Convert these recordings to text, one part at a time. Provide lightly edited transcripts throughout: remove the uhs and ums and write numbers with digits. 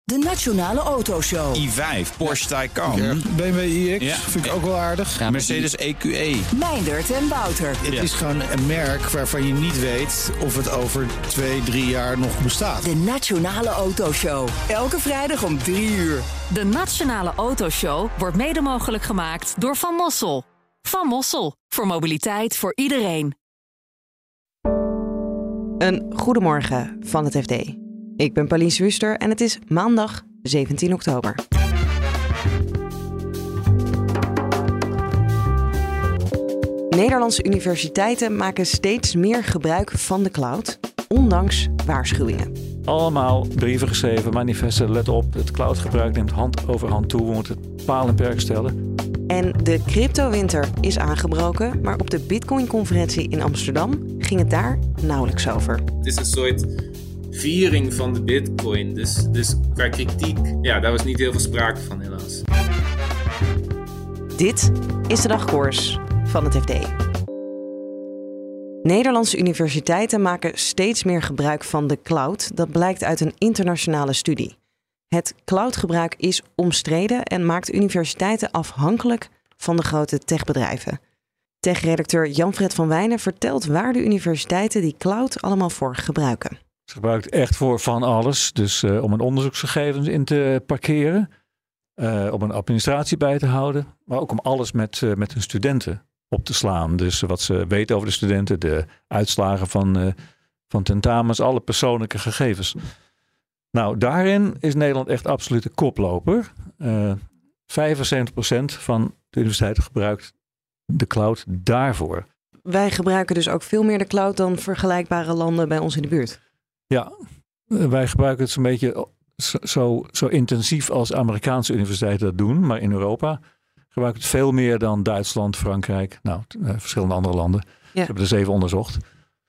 De Nationale Autoshow. i5, Porsche Taycan. Ja, BMW iX, Ja. vind ik ook wel aardig. Ja, Mercedes EQE. Meindert en Wouter. Het is gewoon een merk waarvan je niet weet of het over 2-3 jaar nog bestaat. De Nationale Autoshow. Elke vrijdag om 3 uur. De Nationale Autoshow wordt mede mogelijk gemaakt door Van Mossel. Van Mossel, voor mobiliteit voor iedereen. Een goedemorgen van het FD. Ik ben Pauline Swuster en het is maandag 17 oktober. Nederlandse universiteiten maken steeds meer gebruik van de cloud, ondanks waarschuwingen. Allemaal brieven geschreven, manifesten, let op, het cloudgebruik neemt hand over hand toe. We moeten het paal en perk stellen. En de cryptowinter is aangebroken, maar op de Bitcoin-conferentie in Amsterdam ging het daar nauwelijks over. Het is een soort viering van de Bitcoin. Dus qua kritiek, ja, daar was niet heel veel sprake van, helaas. Dit is de dagkoers van het FD. Nederlandse universiteiten maken steeds meer gebruik van de cloud. Dat blijkt uit een internationale studie. Het cloudgebruik is omstreden en maakt universiteiten afhankelijk van de grote techbedrijven. Tech-redacteur Jan-Fred van Wijnen vertelt waar de universiteiten die cloud allemaal voor gebruiken. Ze gebruikt het echt voor van alles. Dus om een onderzoeksgegevens in te parkeren. Om een administratie bij te houden. Maar ook om alles met hun studenten op te slaan. Dus wat ze weten over de studenten. De uitslagen van tentamens. Alle persoonlijke gegevens. Nou, daarin is Nederland echt absoluut de koploper. 75% van de universiteiten gebruikt de cloud daarvoor. Wij gebruiken dus ook veel meer de cloud dan vergelijkbare landen bij ons in de buurt. Ja, wij gebruiken het zo'n beetje zo intensief als Amerikaanse universiteiten dat doen. Maar in Europa gebruiken het veel meer dan Duitsland, Frankrijk. Nou, verschillende andere landen. Ja. We hebben er 7 onderzocht.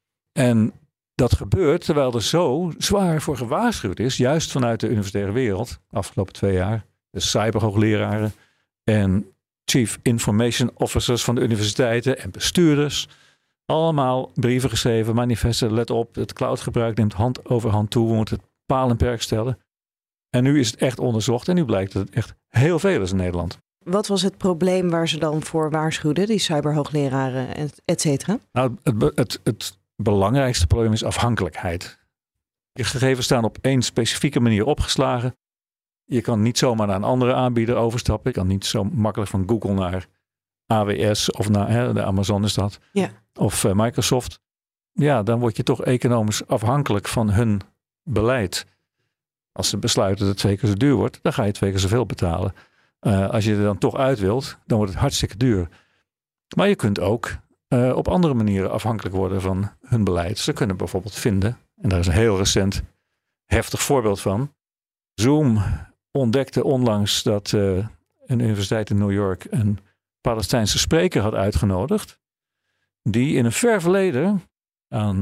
En dat gebeurt terwijl er zo zwaar voor gewaarschuwd is. Juist vanuit de universitaire wereld. Afgelopen 2 jaar. De cyberhoogleraren en chief information officers van de universiteiten en bestuurders. Allemaal brieven geschreven, manifesten, let op. Het cloudgebruik neemt hand over hand toe. We moeten het paal en perk stellen. En nu is het echt onderzocht en nu blijkt dat het echt heel veel is in Nederland. Wat was het probleem waar ze dan voor waarschuwden, die cyberhoogleraren, et cetera? Nou, het belangrijkste probleem is afhankelijkheid. Je gegevens staan op één specifieke manier opgeslagen. Je kan niet zomaar naar een andere aanbieder overstappen. Je kan niet zo makkelijk van Google naar AWS of naar de Amazon is dat. Ja. Of Microsoft. Ja, dan word je toch economisch afhankelijk van hun beleid. Als ze besluiten dat het 2 keer zo duur wordt, dan ga je 2 keer zoveel betalen. Als je er dan toch uit wilt, dan wordt het hartstikke duur. Maar je kunt ook op andere manieren afhankelijk worden van hun beleid. Ze kunnen bijvoorbeeld vinden, en daar is een heel recent heftig voorbeeld van. Zoom ontdekte onlangs dat een universiteit in New York een Palestijnse spreker had uitgenodigd. Die in een ver verleden aan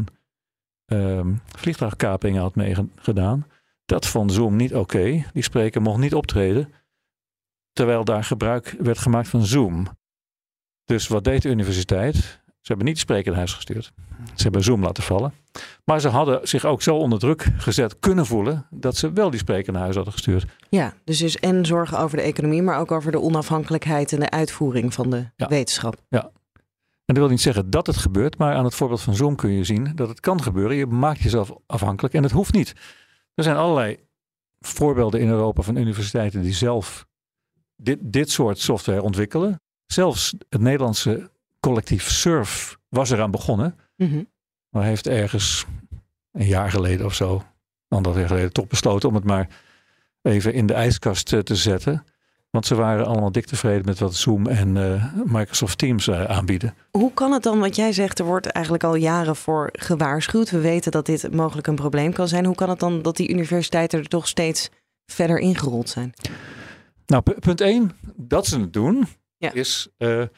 vliegtuigkapingen had meegedaan. Dat vond Zoom niet oké. Die spreker mocht niet optreden. Terwijl daar gebruik werd gemaakt van Zoom. Dus wat deed de universiteit? Ze hebben niet de spreker naar huis gestuurd. Ze hebben Zoom laten vallen. Maar ze hadden zich ook zo onder druk gezet kunnen voelen dat ze wel die spreker naar huis hadden gestuurd. Ja, dus en zorgen over de economie, maar ook over de onafhankelijkheid en de uitvoering van de wetenschap. Ja. En dat wil niet zeggen dat het gebeurt, maar aan het voorbeeld van Zoom kun je zien dat het kan gebeuren. Je maakt jezelf afhankelijk en het hoeft niet. Er zijn allerlei voorbeelden in Europa van universiteiten die zelf dit soort software ontwikkelen. Zelfs het Nederlandse collectief SURF was eraan begonnen. Mm-hmm. Maar heeft ergens een jaar geleden of zo, 1,5 jaar geleden, toch besloten om het maar even in de ijskast te zetten. Want ze waren allemaal dik tevreden met wat Zoom en Microsoft Teams aanbieden. Hoe kan het dan, wat jij zegt, er wordt eigenlijk al jaren voor gewaarschuwd. We weten dat dit mogelijk een probleem kan zijn. Hoe kan het dan dat die universiteiten er toch steeds verder ingerold zijn? Nou, punt 1, dat ze het doen, is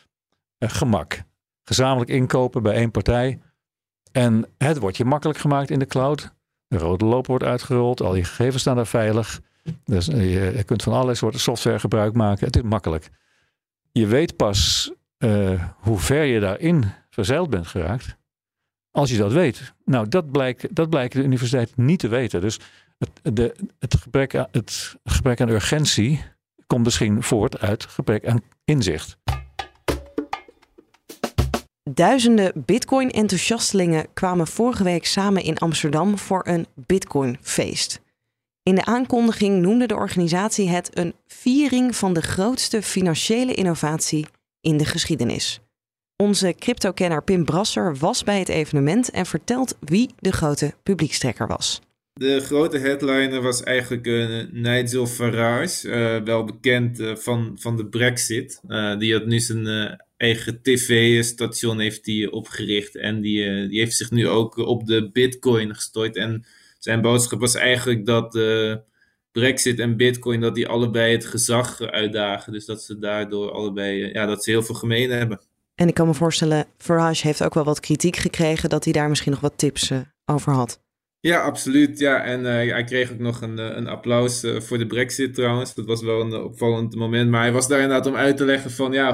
gemak. Gezamenlijk inkopen bij één partij. En het wordt je makkelijk gemaakt in de cloud. De rode loper wordt uitgerold. Al je gegevens staan daar veilig. Dus je kunt van allerlei soorten software gebruik maken. Het is makkelijk. Je weet pas hoe ver je daarin verzeild bent geraakt. Als je dat weet. Nou, dat blijkt de universiteit niet te weten. Dus Het gebrek aan urgentie komt misschien voort uit gebrek aan inzicht. Duizenden Bitcoin-enthousiastelingen kwamen vorige week samen in Amsterdam voor een Bitcoin-feest. In de aankondiging noemde de organisatie het een viering van de grootste financiële innovatie in de geschiedenis. Onze cryptokenner Pim Brasser was bij het evenement en vertelt wie de grote publiekstrekker was. De grote headliner was eigenlijk Nigel Farage, wel bekend van de Brexit. Die had nu zijn eigen tv-station heeft die opgericht en die heeft zich nu ook op de Bitcoin gestort. En zijn boodschap was eigenlijk dat Brexit en Bitcoin, dat die allebei het gezag uitdagen. Dus dat ze daardoor allebei, dat ze heel veel gemeen hebben. En ik kan me voorstellen, Farage heeft ook wel wat kritiek gekregen, dat hij daar misschien nog wat tips over had. Ja, absoluut. Ja. En hij kreeg ook nog een applaus voor de Brexit trouwens. Dat was wel een opvallend moment. Maar hij was daar inderdaad om uit te leggen van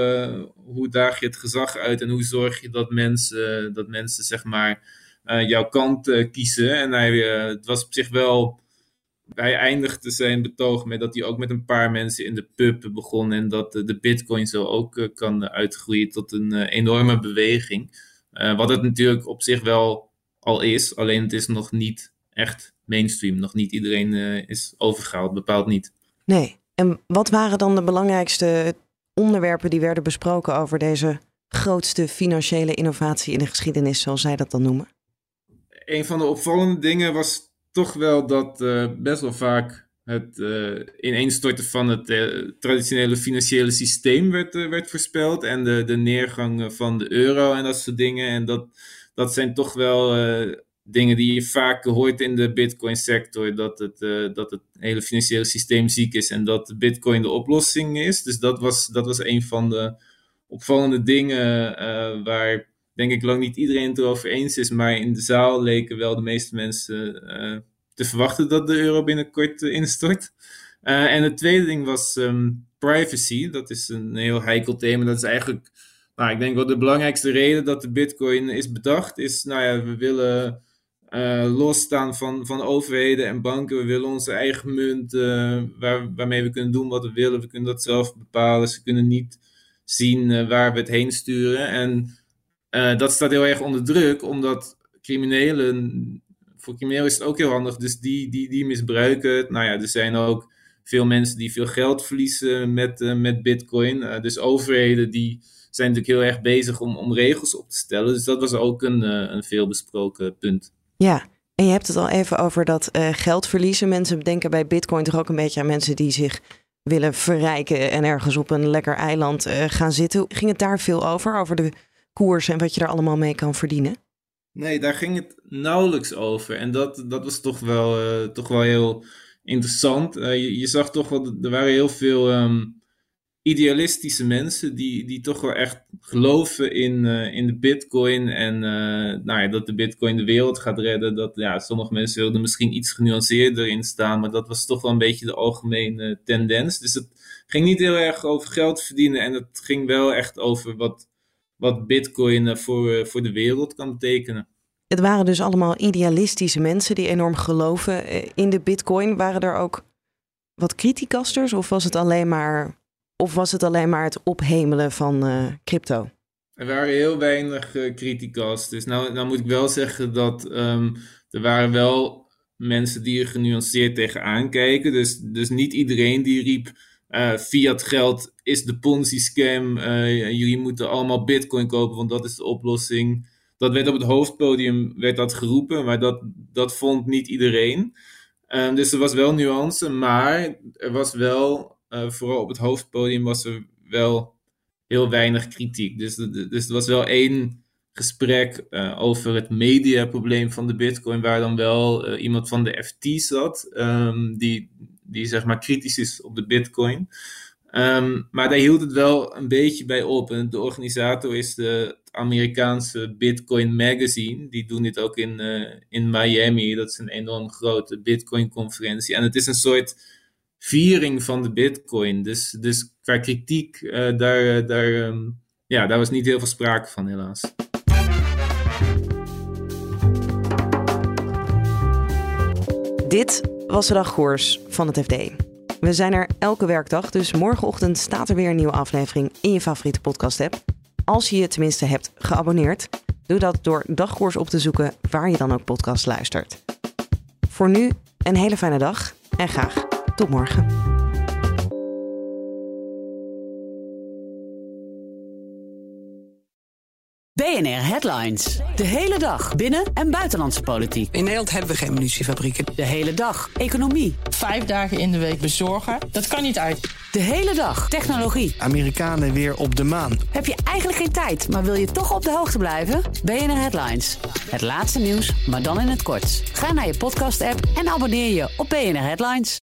hoe daag je het gezag uit en hoe zorg je dat mensen zeg maar jouw kant kiezen. En het was op zich wel... Hij eindigde zijn betoog met dat hij ook met een paar mensen in de pub begon. En dat de Bitcoin zo ook kan uitgroeien tot een enorme beweging. Wat het natuurlijk op zich wel al is, alleen het is nog niet echt mainstream. Nog niet iedereen is overgehaald, bepaald niet. Nee, en wat waren dan de belangrijkste onderwerpen die werden besproken over deze grootste financiële innovatie in de geschiedenis, zoals zij dat dan noemen? Een van de opvallende dingen was toch wel dat best wel vaak het ineenstorten van het traditionele financiële systeem werd voorspeld en de neergang van de euro en dat soort dingen. En dat zijn toch wel dingen die je vaak hoort in de Bitcoin sector, dat het hele financiële systeem ziek is en dat Bitcoin de oplossing is. Dus dat was een van de opvallende dingen waar denk ik lang niet iedereen het erover eens is, maar in de zaal leken wel de meeste mensen te verwachten dat de euro binnenkort instort. En het tweede ding was privacy. Dat is een heel heikel thema. Dat is eigenlijk, ik denk wel de belangrijkste reden dat de Bitcoin is bedacht is, we willen losstaan van overheden en banken. We willen onze eigen munt waarmee we kunnen doen wat we willen. We kunnen dat zelf bepalen. Ze kunnen niet zien waar we het heen sturen. En dat staat heel erg onder druk, omdat voor criminelen is het ook heel handig. Dus die misbruiken het. Er zijn ook veel mensen die veel geld verliezen met Bitcoin. Dus overheden die zijn natuurlijk heel erg bezig om regels op te stellen. Dus dat was ook een veelbesproken punt. Ja, en je hebt het al even over dat geld verliezen. Mensen denken bij Bitcoin toch ook een beetje aan mensen die zich willen verrijken en ergens op een lekker eiland gaan zitten. Ging het daar veel over de koers en wat je daar allemaal mee kan verdienen? Nee, daar ging het nauwelijks over. En dat was toch wel heel interessant. Je zag toch wel, er waren heel veel idealistische mensen die toch wel echt geloven in de Bitcoin. En dat de Bitcoin de wereld gaat redden. Sommige mensen wilden misschien iets genuanceerder in staan. Maar dat was toch wel een beetje de algemene tendens. Dus het ging niet heel erg over geld verdienen. En het ging wel echt over wat Bitcoin voor de wereld kan betekenen. Het waren dus allemaal idealistische mensen die enorm geloven in de Bitcoin. Waren er ook wat criticasters of was het alleen maar het ophemelen van crypto? Er waren heel weinig criticasters. Nou moet ik wel zeggen dat er waren wel mensen die er genuanceerd tegenaan kijken. Dus niet iedereen die riep fiat geld is de Ponzi-scam. Jullie moeten allemaal Bitcoin kopen, want dat is de oplossing. Dat werd op het hoofdpodium geroepen, maar dat vond niet iedereen. Dus er was wel nuance, maar er was wel, vooral op het hoofdpodium was er wel heel weinig kritiek. Dus er was wel één gesprek over het mediaprobleem van de Bitcoin, waar dan wel iemand van de FT zat, die zeg maar kritisch is op de Bitcoin. Maar daar hield het wel een beetje bij op. En de organisator is het Amerikaanse Bitcoin Magazine. Die doen dit ook in Miami. Dat is een enorm grote Bitcoin-conferentie. En het is een soort viering van de Bitcoin. Dus qua kritiek, daar was niet heel veel sprake van, helaas. Dit was de dagkoers van het FD. We zijn er elke werkdag, dus morgenochtend staat er weer een nieuwe aflevering in je favoriete podcast-app. Als je je tenminste hebt geabonneerd, doe dat door dagkoers op te zoeken waar je dan ook podcast luistert. Voor nu een hele fijne dag en graag tot morgen. BNR Headlines. De hele dag binnen- en buitenlandse politiek. In Nederland hebben we geen munitiefabrieken. De hele dag economie. 5 dagen in de week bezorgen, dat kan niet uit. De hele dag technologie. Amerikanen weer op de maan. Heb je eigenlijk geen tijd, maar wil je toch op de hoogte blijven? BNR Headlines. Het laatste nieuws, maar dan in het kort. Ga naar je podcast-app en abonneer je op BNR Headlines.